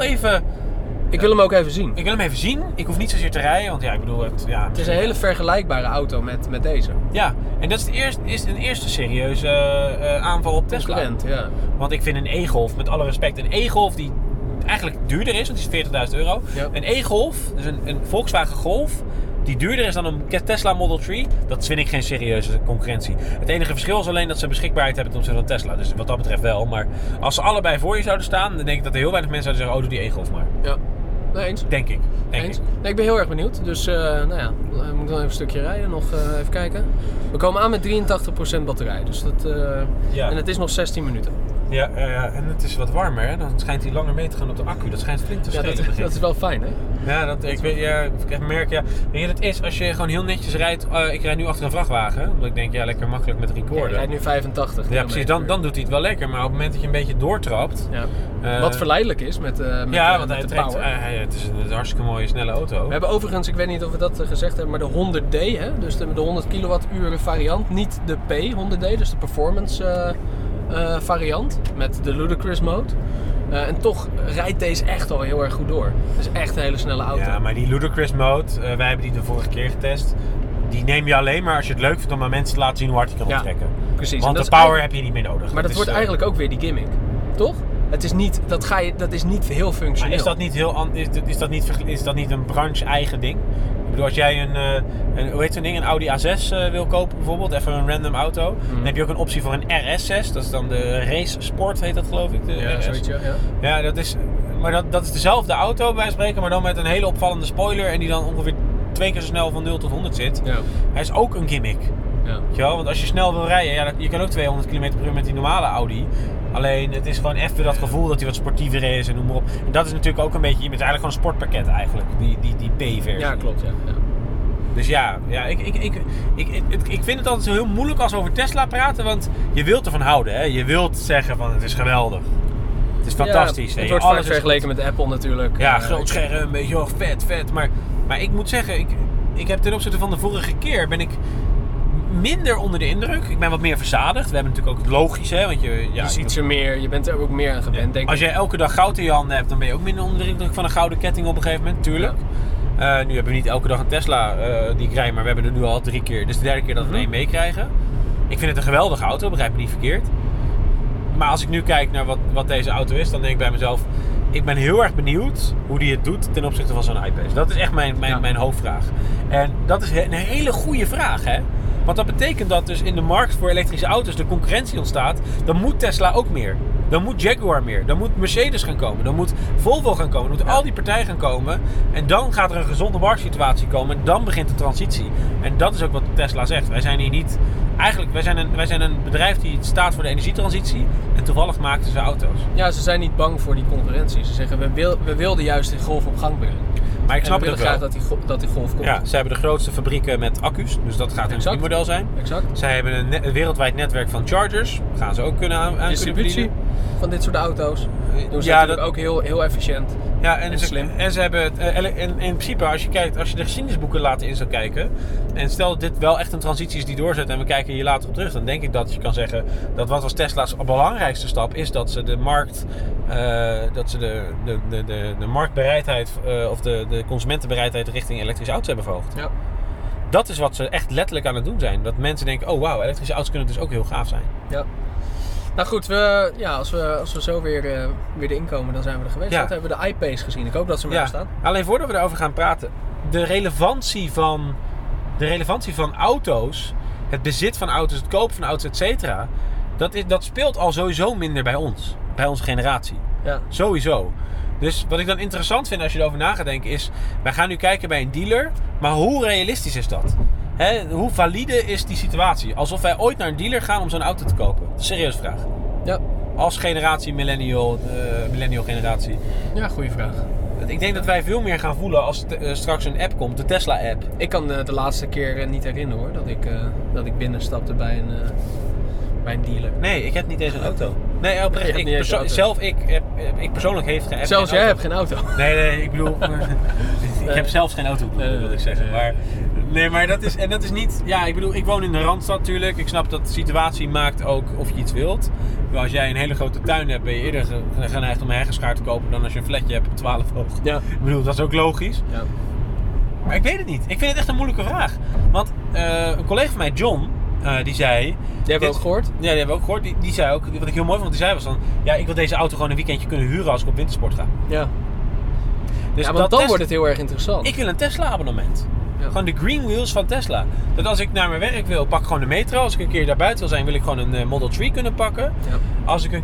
hem ook even zien. Ik wil hem even zien. Ik hoef niet zozeer te rijden, want ik bedoel het. Ja, het is een hele vergelijkbare auto met deze. Ja, en dat is een eerste serieuze aanval op Tesla. Concurrent, ja. Want ik vind een E-Golf, met alle respect, een E-Golf die eigenlijk duurder is, want die is €40.000. Ja. Een E-Golf, dus een Volkswagen Golf, die duurder is dan een Tesla Model 3, dat vind ik geen serieuze concurrentie. Het enige verschil is alleen dat ze beschikbaarheid hebben ten opzichte van Tesla. Dus wat dat betreft wel. Maar als ze allebei voor je zouden staan, dan denk ik dat er heel weinig mensen zouden zeggen, doe die E-Golf maar. Ja. Nee, eens. Denk ik. Nee, ik ben heel erg benieuwd. Dus we moeten wel even een stukje rijden. Nog even kijken. We komen aan met 83% batterij. Dus dat, en het is nog 16 minuten. Ja, en het is wat warmer. Hè? Dan schijnt hij langer mee te gaan op de accu. Dat schijnt flink te schelen. Ja, dat is wel fijn, hè? Ja, ik merk, weet je, dat is als je gewoon heel netjes rijdt. Ik rijd nu achter een vrachtwagen. Omdat ik denk, lekker makkelijk met recorden. Ja, je rijdt nu 85. Ja, precies. Dan doet hij het wel lekker. Maar op het moment dat je een beetje doortrapt. Ja. Wat verleidelijk is met de power. Het is een hartstikke mooie, snelle auto. We hebben overigens, ik weet niet of we dat gezegd hebben, maar de 100D, hè? Dus de 100 kilowattuur variant. Niet de P100D, dus de performance variant met de Ludicrous mode. En toch rijdt deze echt al heel erg goed door. Het is echt een hele snelle auto. Ja, maar die Ludicrous mode, wij hebben die de vorige keer getest. Die neem je alleen maar als je het leuk vindt om aan mensen te laten zien hoe hard je kan optrekken. Precies. Want de power heb je niet meer nodig. Maar dat wordt eigenlijk ook weer die gimmick. Toch? Het is niet, dat is niet heel functioneel. Maar is dat niet een branche-eigen ding? Ik bedoel, als jij een Audi A6 wil kopen bijvoorbeeld, even een random auto, dan heb je ook een optie voor een RS6. Dat is dan de Race Sport, heet dat geloof ik. Zoiets, ja. Ja, dat is dezelfde auto bij wijze van spreken, maar dan met een hele opvallende spoiler en die dan ongeveer 2 keer zo snel van 0 tot 100 zit. Ja. Hij is ook een gimmick. Ja. Want als je snel wil rijden, je kan ook 200 km/h met die normale Audi. Alleen het is gewoon even dat gevoel dat hij wat sportiever is en noem maar op. En dat is natuurlijk ook een beetje, je bent eigenlijk gewoon een sportpakket eigenlijk, die B-versie. Ja, klopt. Ja. Dus ja, ik vind het altijd zo heel moeilijk als we over Tesla praten, want je wilt ervan houden, hè? Je wilt zeggen van het is geweldig. Het is fantastisch. Ja, het wordt vaak vergeleken met Apple natuurlijk. Ja, groot scherm, weet je wel, vet. Maar ik moet zeggen, ik heb ten opzichte van de vorige keer ben ik minder onder de indruk. Ik ben wat meer verzadigd. We hebben natuurlijk ook het logisch, hè, want je ziet ze meer, je bent er ook meer aan gewend, denk ik. Als jij elke dag goud in je handen hebt, dan ben je ook minder onder de indruk van een gouden ketting op een gegeven moment, tuurlijk. Ja. Nu hebben we niet elke dag een Tesla die ik rijd, maar we hebben er nu al 3 keer. Dus de derde keer dat we er één meekrijgen. Ik vind het een geweldige auto, begrijp me niet verkeerd. Maar als ik nu kijk naar wat deze auto is, dan denk ik bij mezelf, ik ben heel erg benieuwd hoe die het doet ten opzichte van zo'n iPace. Dat is echt mijn hoofdvraag. En dat is een hele goede vraag, hè. Want dat betekent dat dus in de markt voor elektrische auto's de concurrentie ontstaat. Dan moet Tesla ook meer. Dan moet Jaguar meer. Dan moet Mercedes gaan komen. Dan moet Volvo gaan komen. Dan moeten al die partijen gaan komen. En dan gaat er een gezonde marktsituatie komen. En dan begint de transitie. En dat is ook wat Tesla zegt. Wij zijn hier niet... Eigenlijk, wij zijn een bedrijf die staat voor de energietransitie. En toevallig maken ze auto's. Ja, ze zijn niet bang voor die concurrentie. Ze zeggen, we wilden juist die golf op gang brengen. Maar ik snap het graag dat die golf komt. Ja, ze hebben de grootste fabrieken met accu's. Dus dat gaat een model zijn. Exact. Zij hebben een wereldwijd netwerk van chargers. Gaan ze ook kunnen aan distributie van dit soort auto's. Doen ze natuurlijk ook heel efficiënt. Ja, en slim. En ze hebben het, in principe, als je de geschiedenisboeken later in zou kijken. En stel dat dit wel echt een transitie is die doorzet. En we kijken hier later op terug. Dan denk ik dat je kan zeggen dat wat was Tesla's belangrijkste stap is dat ze de markt. Dat ze de marktbereidheid of de consumentenbereidheid richting elektrische auto's hebben verhoogd. Ja. Dat is wat ze echt letterlijk aan het doen zijn. Dat mensen denken, oh wauw, elektrische auto's kunnen dus ook heel gaaf zijn. Ja. Nou goed, als we zo weer erin komen, dan zijn we er geweest. Ja. Wat hebben we de iPace gezien? Ik hoop dat ze er staan. Alleen voordat we daarover gaan praten, de relevantie van auto's, het bezit van auto's, het kopen van auto's, et cetera, dat speelt al sowieso minder bij ons. Bij onze generatie. Ja. Sowieso. Dus wat ik dan interessant vind als je erover na gaat denken is, wij gaan nu kijken bij een dealer, maar hoe realistisch is dat? Hoe valide is die situatie? Alsof wij ooit naar een dealer gaan om zo'n auto te kopen. Dat is een serieuze vraag. Ja. Als generatie millennial generatie. Ja, goede vraag. Ik denk dat wij veel meer gaan voelen als straks een app komt, de Tesla app. Ik kan de laatste keer niet herinneren hoor, dat ik binnenstapte bij een dealer. Nee, ik heb niet eens een auto. Nee, oprecht. Ik persoonlijk heeft geen. Zelfs jij hebt geen auto. Nee, ik bedoel, ik heb zelfs geen auto, wil ik zeggen. Maar dat is niet. Ja, ik bedoel, ik woon in de Randstad natuurlijk. Ik snap dat de situatie maakt ook of je iets wilt. Maar als jij een hele grote tuin hebt, ben je eerder geneigd om een heggenschaar te kopen dan als je een flatje hebt op 12 hoog. Ja. Ik bedoel, dat is ook logisch. Ja. Maar ik weet het niet. Ik vind het echt een moeilijke vraag. Want een collega van mij, John, die zei... Die hebben we ook gehoord? Ja, die hebben we ook gehoord. Die zei ook, wat ik heel mooi vond, die zei was dan... Ja, ik wil deze auto gewoon een weekendje kunnen huren als ik op wintersport ga. Ja. Dus ja, want dan wordt het heel erg interessant. Ik wil een Tesla abonnement. Ja. Gewoon de green wheels van Tesla. Dat als ik naar mijn werk wil, pak ik gewoon de metro. Als ik een keer daar buiten wil zijn, wil ik gewoon een Model 3 kunnen pakken. Ja. Als ik een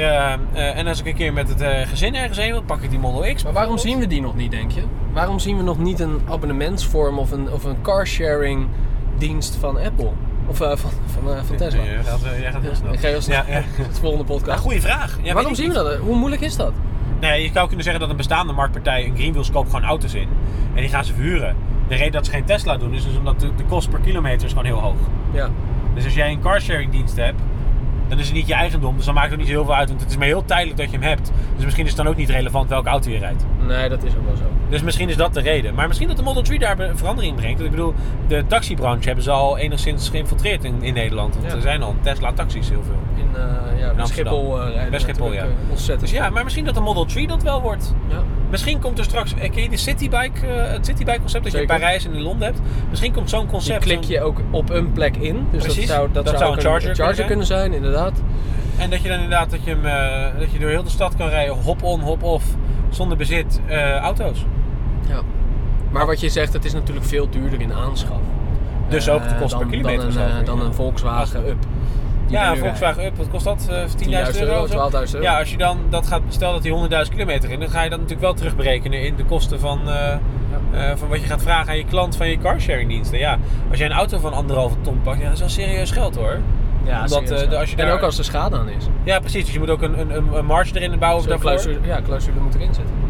keer met het gezin ergens heen wil, pak ik die Model X. Maar waarom zien we die nog niet, denk je? Waarom zien we nog niet een abonnementsvorm of een carsharing dienst van Apple? Of van Tesla? Jij gaat heel snel. Ik ga heel snel. Ja. Het volgende podcast. Ja, goeie vraag. Ja, waarom zien we dat? Hoe moeilijk is dat? Nee, je zou kunnen zeggen dat een bestaande marktpartij, een Greenwheels, koopt gewoon auto's in. En die gaan ze verhuren. De reden dat ze geen Tesla doen is dus omdat de kost per kilometer is gewoon heel hoog. Ja. Dus als jij een carsharing dienst hebt, dan is het niet je eigendom. Dus dan maakt het niet zo heel veel uit. Want het is maar heel tijdelijk dat je hem hebt. Dus misschien is het dan ook niet relevant welke auto je rijdt. Nee, dat is ook wel zo. Dus misschien is dat de reden. Maar misschien dat de Model 3 daar een verandering brengt. Ik bedoel, de taxibranche hebben ze al enigszins geïnfiltreerd in Nederland. Want er zijn al Tesla taxis heel veel. In Schiphol rijden. Bij Schiphol, ja. Ontzettend. Dus ja, maar misschien dat de Model 3 dat wel wordt. Ja. Misschien komt er straks, ken je de Citybike, het Citybike concept dat je in Parijs en in Londen hebt? Misschien komt zo'n concept. Die klik je ook op een plek in. Dus precies, dat zou een charger kunnen zijn, inderdaad. En dat je dan inderdaad dat je door heel de stad kan rijden, hop-on, hop-off, zonder bezit, auto's. Ja. Maar wat je zegt, het is natuurlijk veel duurder in aanschaf. Dus ook de kost per kilometer dan een Volkswagen Up. Ja, een Volkswagen Up, wat kost dat? 10.000 euro? 12.000 euro. Ja, als je dan dat gaat, stel dat die 100.000 kilometer in, dan ga je dat natuurlijk wel terugberekenen in de kosten van wat je gaat vragen aan je klant van je carsharing diensten. Ja, als jij een auto van 1,5 ton pakt, ja, dat is wel serieus geld hoor. Ja, als je daar... En ook als er schade aan is. Ja, precies. Dus je moet ook een marge erin bouwen daarvoor. Clausule moet erin zitten.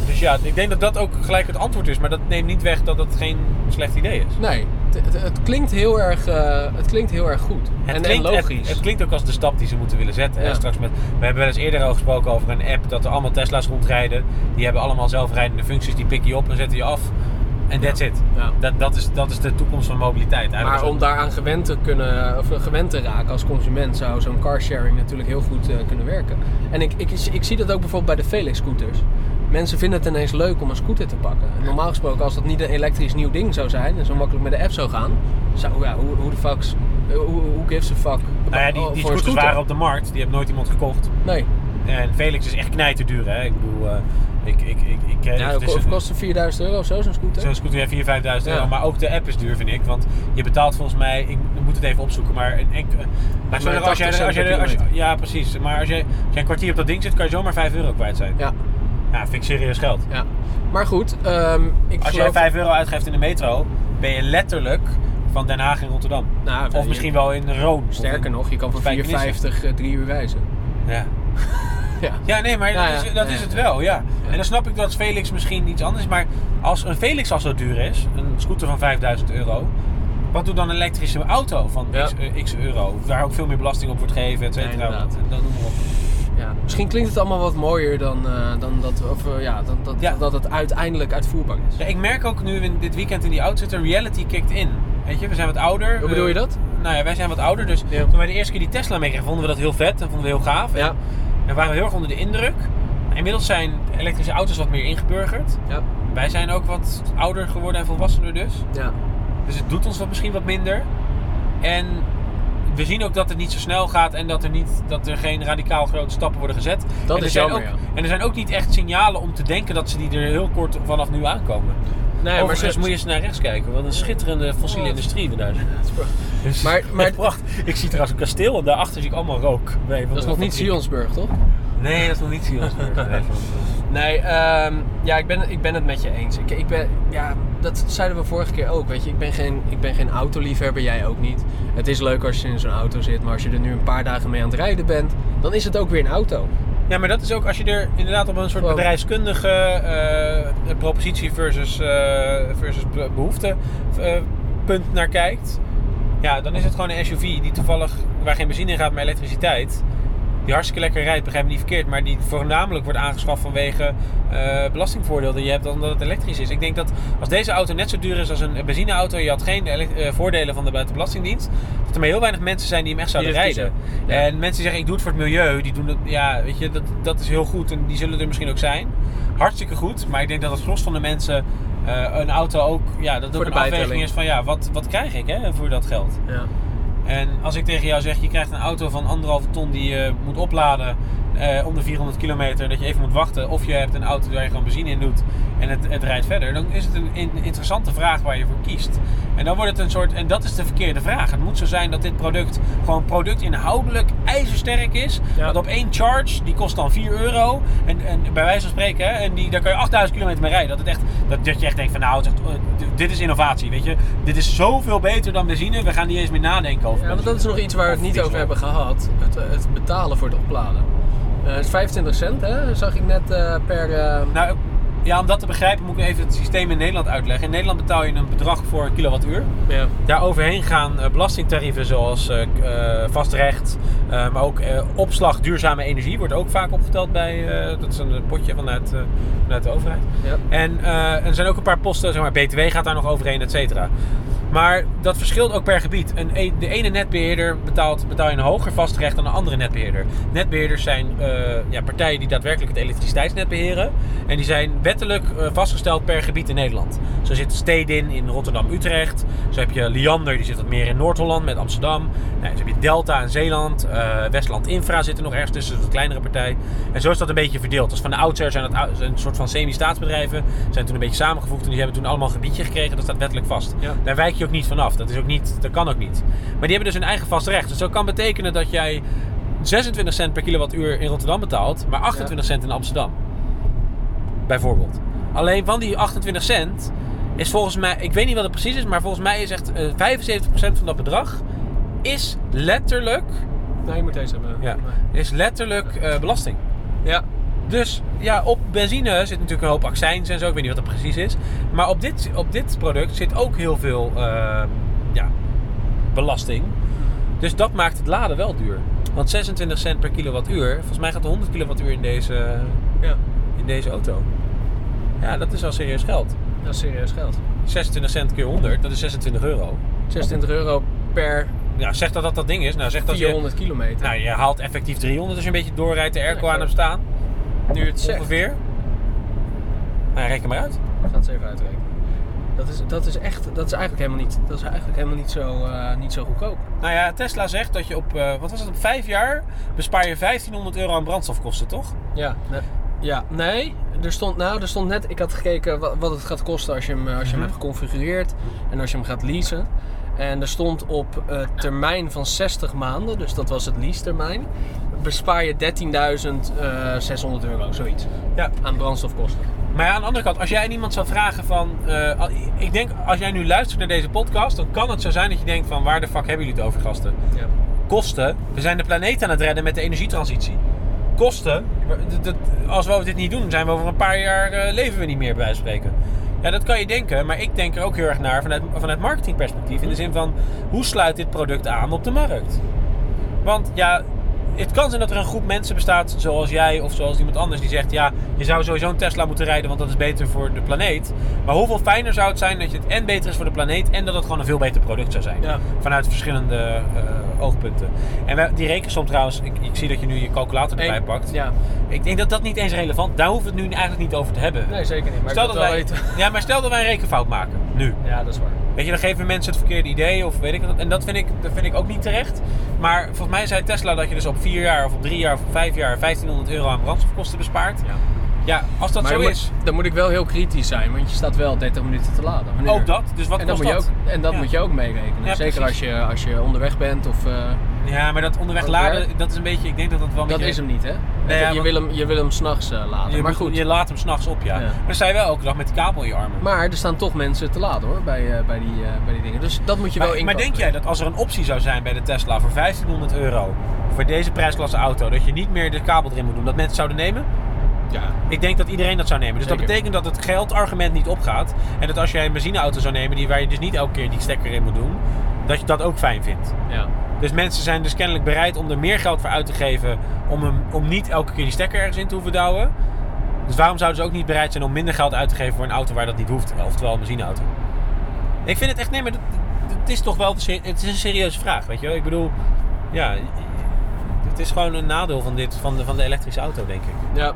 Dus ja, ik denk dat dat ook gelijk het antwoord is. Maar dat neemt niet weg dat het geen slecht idee is. Nee, het klinkt heel erg goed. En logisch. Het klinkt ook als de stap die ze moeten willen zetten. Ja. Hè? Straks we hebben wel eens eerder al gesproken over een app dat er allemaal Tesla's rondrijden. Die hebben allemaal zelfrijdende functies. Die pik je op en zetten je af. En that's it. Ja. Dat is de toekomst van mobiliteit. Maar om daaraan gewend te raken als consument zou zo'n carsharing natuurlijk heel goed kunnen werken. En ik zie dat ook bijvoorbeeld bij de Felix scooters. Mensen vinden het ineens leuk om een scooter te pakken. En normaal gesproken, als dat niet een elektrisch nieuw ding zou zijn en zo makkelijk met de app zou gaan, hoe gives a fuck? Nou ja, die scooters waren op de markt. Die heeft nooit iemand gekocht. Nee. En Felix is echt knijterduur, hè. Ik bedoel, het kost €4.000 of zo, zo'n scooter. Zo'n scooter heeft €4.000, €5.000. Ja. Maar ook de app is duur, vind ik. Want je betaalt volgens mij, ik moet het even opzoeken, maar ja, precies. Maar als je een kwartier op dat ding zit, kan je zomaar €5 kwijt zijn. Ja. Ja, vind ik serieus geld. Ja. Maar goed, als jij €5 uitgeeft in de metro, ben je letterlijk van Den Haag in Rotterdam. Nou, of misschien wel in Roon. Sterker nog, je kan voor €4,50 3 uur reizen. Ja. Ja. Ja, nee, maar dat is het wel, ja. En dan snap ik dat Felix misschien iets anders is. Maar als een Felix al zo duur is, een scooter van €5.000, wat doet dan een elektrische auto van x euro? Waar ook veel meer belasting op wordt gegeven, et cetera. Ja, dan noem maar op. Ja, misschien klinkt het allemaal wat mooier dan dat het uiteindelijk uitvoerbaar is. Ja, ik merk ook nu dit weekend in die auto zitten, reality kicked in. Weet je, we zijn wat ouder. Hoe bedoel je dat? Nou ja, wij zijn wat ouder, dus toen wij de eerste keer die Tesla meekregen, vonden we dat heel vet en vonden we heel gaaf. Ja. En waren we heel erg onder de indruk. Inmiddels zijn elektrische auto's wat meer ingeburgerd. Ja. Wij zijn ook wat ouder geworden en volwassener dus. Ja. Dus het doet ons misschien wat minder. En we zien ook dat het niet zo snel gaat en dat er geen radicaal grote stappen worden gezet. Dat is jammer, En er zijn ook niet echt signalen om te denken dat ze die er heel kort vanaf nu aankomen. Nee, overigens moet je eens naar rechts kijken. Wat een schitterende fossiele industrie we daar zijn. Maar prachtig. Ik zie trouwens een kasteel en daarachter zie ik allemaal rook. Dat is nog niet Sionsburg, toch? Nee, dat is nog niet Sionsburg. Nee, ik ben het met je eens. Dat zeiden we vorige keer ook, weet je. Ik ben geen autoliefhebber, jij ook niet. Het is leuk als je in zo'n auto zit, maar als je er nu een paar dagen mee aan het rijden bent, dan is het ook weer een auto. Ja, maar dat is ook als je er inderdaad op een soort bedrijfskundige propositie versus behoefte punt naar kijkt. Ja, dan is het gewoon een SUV die toevallig, waar geen benzine in gaat, maar elektriciteit. Die hartstikke lekker rijdt, begrijp me niet verkeerd, maar die voornamelijk wordt aangeschaft vanwege belastingvoordeel die je hebt omdat het elektrisch is. Ik denk dat als deze auto net zo duur is als een benzineauto en je had geen voordelen van de Belastingdienst, dat er maar heel weinig mensen zijn die hem echt zouden rijden. Ja. En mensen die zeggen ik doe het voor het milieu, die doen het, ja, weet je, dat is heel goed en die zullen er misschien ook zijn. Hartstikke goed, maar ik denk dat het gros van de mensen een auto ook, ja, dat ook een afweging is van ja, wat krijg ik voor dat geld? Ja. En als ik tegen jou zeg, je krijgt een auto van 1,5 ton die je moet opladen om de 400 kilometer, dat je even moet wachten, of je hebt een auto waar je gewoon benzine in doet en het rijdt verder, dan is het een interessante vraag waar je voor kiest. En dan wordt het een soort, en dat is de verkeerde vraag. Het moet zo zijn dat dit product gewoon productinhoudelijk ijzersterk is. Ja. Dat op 1 charge, die kost dan €4. En bij wijze van spreken, hè, en daar kan je 8000 kilometer mee rijden. Dat je echt denkt van nou, dit is innovatie, weet je. Dit is zoveel beter dan benzine, we gaan niet eens meer nadenken over. Ja, want dat is nog iets waar we het niet over hebben gehad. Het betalen voor het opladen. Het is 25 cent, hè? Zag ik net per... Nou, ja, om dat te begrijpen moet ik even het systeem in Nederland uitleggen. In Nederland betaal je een bedrag voor een kilowattuur. Ja. Daar overheen gaan belastingtarieven zoals vastrecht, maar ook opslag duurzame energie wordt ook vaak opgeteld bij, dat is een potje vanuit de overheid. Ja. En er zijn ook een paar posten, zeg maar BTW gaat daar nog overheen, et cetera. Maar dat verschilt ook per gebied. De ene netbeheerder betaal je een hoger vastrecht dan een andere netbeheerder. Netbeheerders zijn partijen die daadwerkelijk het elektriciteitsnet beheren. En die zijn wettelijk vastgesteld per gebied in Nederland. Zo zit Stedin in Rotterdam-Utrecht. Zo heb je Liander, die zit wat meer in Noord-Holland met Amsterdam. Zo heb je Delta in Zeeland. Westland Infra zit er nog ergens tussen, een kleinere partij. En zo is dat een beetje verdeeld. Dus van de oudsher zijn het een soort van semi-staatsbedrijven. Zijn toen een beetje samengevoegd en die hebben toen allemaal een gebiedje gekregen. Dat staat wettelijk vast. Ja. Daar wijk je ook niet vanaf. Dat kan ook niet. Maar die hebben dus hun eigen vast recht. Dus dat kan betekenen dat jij 26 cent per kilowattuur in Rotterdam betaalt, maar 28 cent in Amsterdam. Bijvoorbeeld. Alleen van die 28 cent is volgens mij, ik weet niet wat het precies is, maar volgens mij is echt 75% van dat bedrag is letterlijk... Nee, je moet deze hebben. Ja, is letterlijk belasting. Ja. Dus ja, op benzine zit natuurlijk een hoop accijns en zo. Ik weet niet wat dat precies is. Maar op dit product zit ook heel veel belasting. Dus dat maakt het laden wel duur. Want 26 cent per kilowattuur. Volgens mij gaat er 100 kilowattuur in deze auto. Ja, dat is al serieus geld. Dat is serieus geld. 26 cent keer 100, dat is 26 euro. 26 euro per Ja, zeg dat ding is. Nou, zeg dat 400 kilometer. Nou, je haalt effectief 300 als je een beetje doorrijdt, de airco aan hebt staan. Nu het zegt. Ongeveer. Nou, reken maar uit. We gaan het eens even uitrekenen. Dat is eigenlijk helemaal niet zo goedkoop. Nou ja, Tesla zegt dat je op 5 jaar bespaar je €1500 aan brandstofkosten, toch? Ja, nee. Er stond net, ik had gekeken wat het gaat kosten als je hem hebt geconfigureerd en als je hem gaat leasen. En er stond op termijn van 60 maanden, dus dat was het lease-termijn, bespaar je €13.600, zoiets. Ja. Aan brandstofkosten. Maar ja, aan de andere kant, als jij aan iemand zou vragen van... ik denk, als jij nu luistert naar deze podcast, dan kan het zo zijn dat je denkt van... waar de fuck hebben jullie het over, gasten? Ja. Kosten. We zijn de planeet aan het redden met de energietransitie. Kosten. Als we dit niet doen, zijn we over een paar jaar leven we niet meer, bij wijze van spreken. Ja, dat kan je denken, maar ik denk er ook heel erg naar vanuit marketingperspectief. In de zin van, hoe sluit dit product aan op de markt? Want ja... Het kan zijn dat er een groep mensen bestaat, zoals jij of zoals iemand anders, die zegt... ja, je zou sowieso een Tesla moeten rijden, want dat is beter voor de planeet. Maar hoeveel fijner zou het zijn dat je het en beter is voor de planeet... en dat het gewoon een veel beter product zou zijn. Ja. Vanuit verschillende oogpunten. En die rekensom trouwens, ik zie dat je nu je calculator erbij pakt. Ja. Ik denk dat dat niet eens relevant is. Daar hoeven we het nu eigenlijk niet over te hebben. Nee, zeker niet. Maar stel dat wij een rekenfout maken, nu. Ja, dat is waar. Weet je, dan geven mensen het verkeerde idee of weet ik wat. En dat vind ik ook niet terecht. Maar volgens mij zei Tesla dat je dus op 4 jaar of op 3 jaar of op 5 jaar €1500 aan brandstofkosten bespaart. Ja. Ja, als dat zo is... Dan moet ik wel heel kritisch zijn, want je staat wel 30 minuten te laden. Wanneer? Ook dat, dus wat kost dat? Moet je ook meerekenen. Ja, zeker als je onderweg bent of... ja, maar dat onderweg laden, dat is een beetje... Ik denk dat wel een beetje... Dat is hem niet, hè? Nee, je wil hem 's nachts laden. Maar goed. Je laat hem 's nachts op, ja. Maar dan sta je wel elke dag met die kabel in je armen. Maar er staan toch mensen te laden, hoor, bij die dingen. Dus dat moet je wel inkopen. Maar denk jij dat als er een optie zou zijn bij de Tesla voor €1500... voor deze prijsklasse auto, dat je niet meer de kabel erin moet doen, dat mensen zouden nemen? Ja. Ik denk dat iedereen dat zou nemen. Dus zeker. Dat betekent dat het geldargument niet opgaat. En dat als jij een benzineauto zou nemen waar je dus niet elke keer die stekker in moet doen, dat je dat ook fijn vindt. Ja. Dus mensen zijn dus kennelijk bereid om er meer geld voor uit te geven om niet elke keer die stekker ergens in te hoeven douwen. Dus waarom zouden ze ook niet bereid zijn om minder geld uit te geven voor een auto waar dat niet hoeft? Oftewel een benzineauto. Ik vind het echt, nee, maar het is toch wel, het is een serieuze vraag, weet je wel. Ik bedoel, ja, het is gewoon een nadeel van de elektrische auto, denk ik. Ja.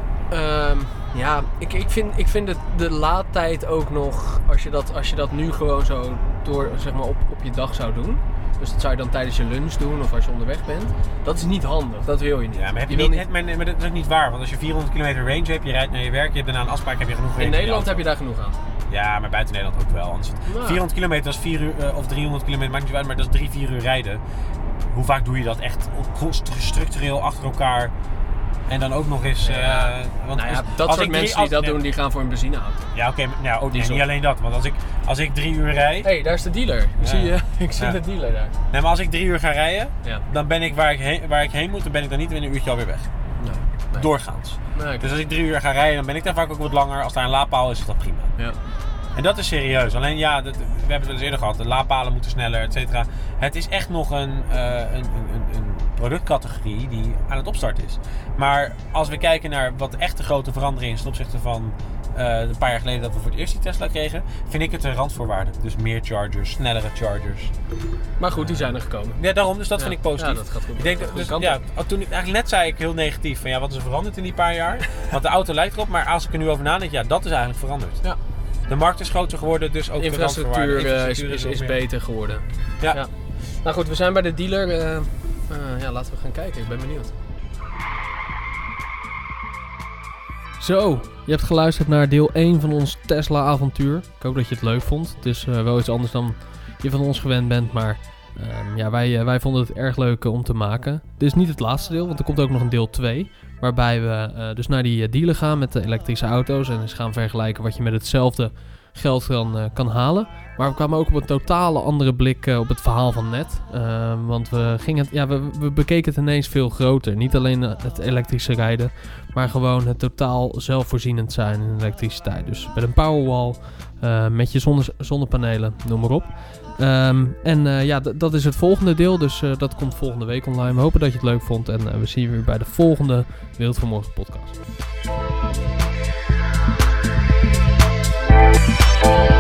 Ik vind de laadtijd ook nog, als je dat nu gewoon zo door, zeg maar, op je dag zou doen. Dus dat zou je dan tijdens je lunch doen of als je onderweg bent. Dat is niet handig, dat wil je niet. Ja, maar dat is ook niet waar. Want als je 400 kilometer range hebt, je rijdt naar je werk, je hebt daarna een afspraak, heb je genoeg range. In Nederland heb je daar genoeg aan. Ja, maar buiten Nederland ook wel. 400 kilometer is 4 uur, of 300 kilometer, maakt niet uit, maar dat is 3-4 uur rijden. Hoe vaak doe je dat echt structureel achter elkaar? En dan ook nog eens... dat soort mensen die dat doen, die gaan voor een benzineauto. Ja, oké. Niet alleen dat. Want als ik 3 uur rijd... Hé, daar is de dealer. Ik zie de dealer daar. Nee, maar als ik 3 uur ga rijden, dan ben ik waar ik heen moet, dan ben ik dan niet in een uurtje alweer weg. Nee. Doorgaans. Nee, dus als ik 3 uur ga rijden, dan ben ik daar vaak ook wat langer. Als daar een laadpaal is dat prima. Ja. En dat is serieus. Alleen we hebben het wel eens eerder gehad. De laadpalen moeten sneller, et cetera. Het is echt nog een productcategorie die aan het opstarten is. Maar als we kijken naar wat de echte grote verandering is ten opzichte van een paar jaar geleden dat we voor het eerst die Tesla kregen, vind ik het een randvoorwaarde. Dus meer chargers, snellere chargers. Maar goed, die zijn er gekomen. Ja, daarom. Dus dat vind ik positief. Ja, dat gaat goed. Ik denk toen ik eigenlijk net zei ik heel negatief van wat is er veranderd in die paar jaar? Want de auto lijkt erop, maar als ik er nu over nadenk, dat is eigenlijk veranderd. Ja. De markt is groter geworden, dus ook de infrastructuur is beter geworden. Ja. Nou goed, we zijn bij de dealer. Laten we gaan kijken. Ik ben benieuwd. Zo, je hebt geluisterd naar deel 1 van ons Tesla-avontuur. Ik hoop dat je het leuk vond. Het is wel iets anders dan je van ons gewend bent, maar wij vonden het erg leuk om te maken. Dit is niet het laatste deel, want er komt ook nog een deel 2. Waarbij we dus naar die dealer gaan met de elektrische auto's en eens gaan vergelijken wat je met hetzelfde geld kan halen. Maar we kwamen ook op een totale andere blik op het verhaal van net. Want we bekeken het ineens veel groter. Niet alleen het elektrische rijden, maar gewoon het totaal zelfvoorzienend zijn in elektriciteit. Dus met een Powerwall, met je zonnepanelen, noem maar op. Dat is het volgende deel, dus dat komt volgende week online. We hopen dat je het leuk vond en we zien je weer bij de volgende Wereld van Morgen podcast.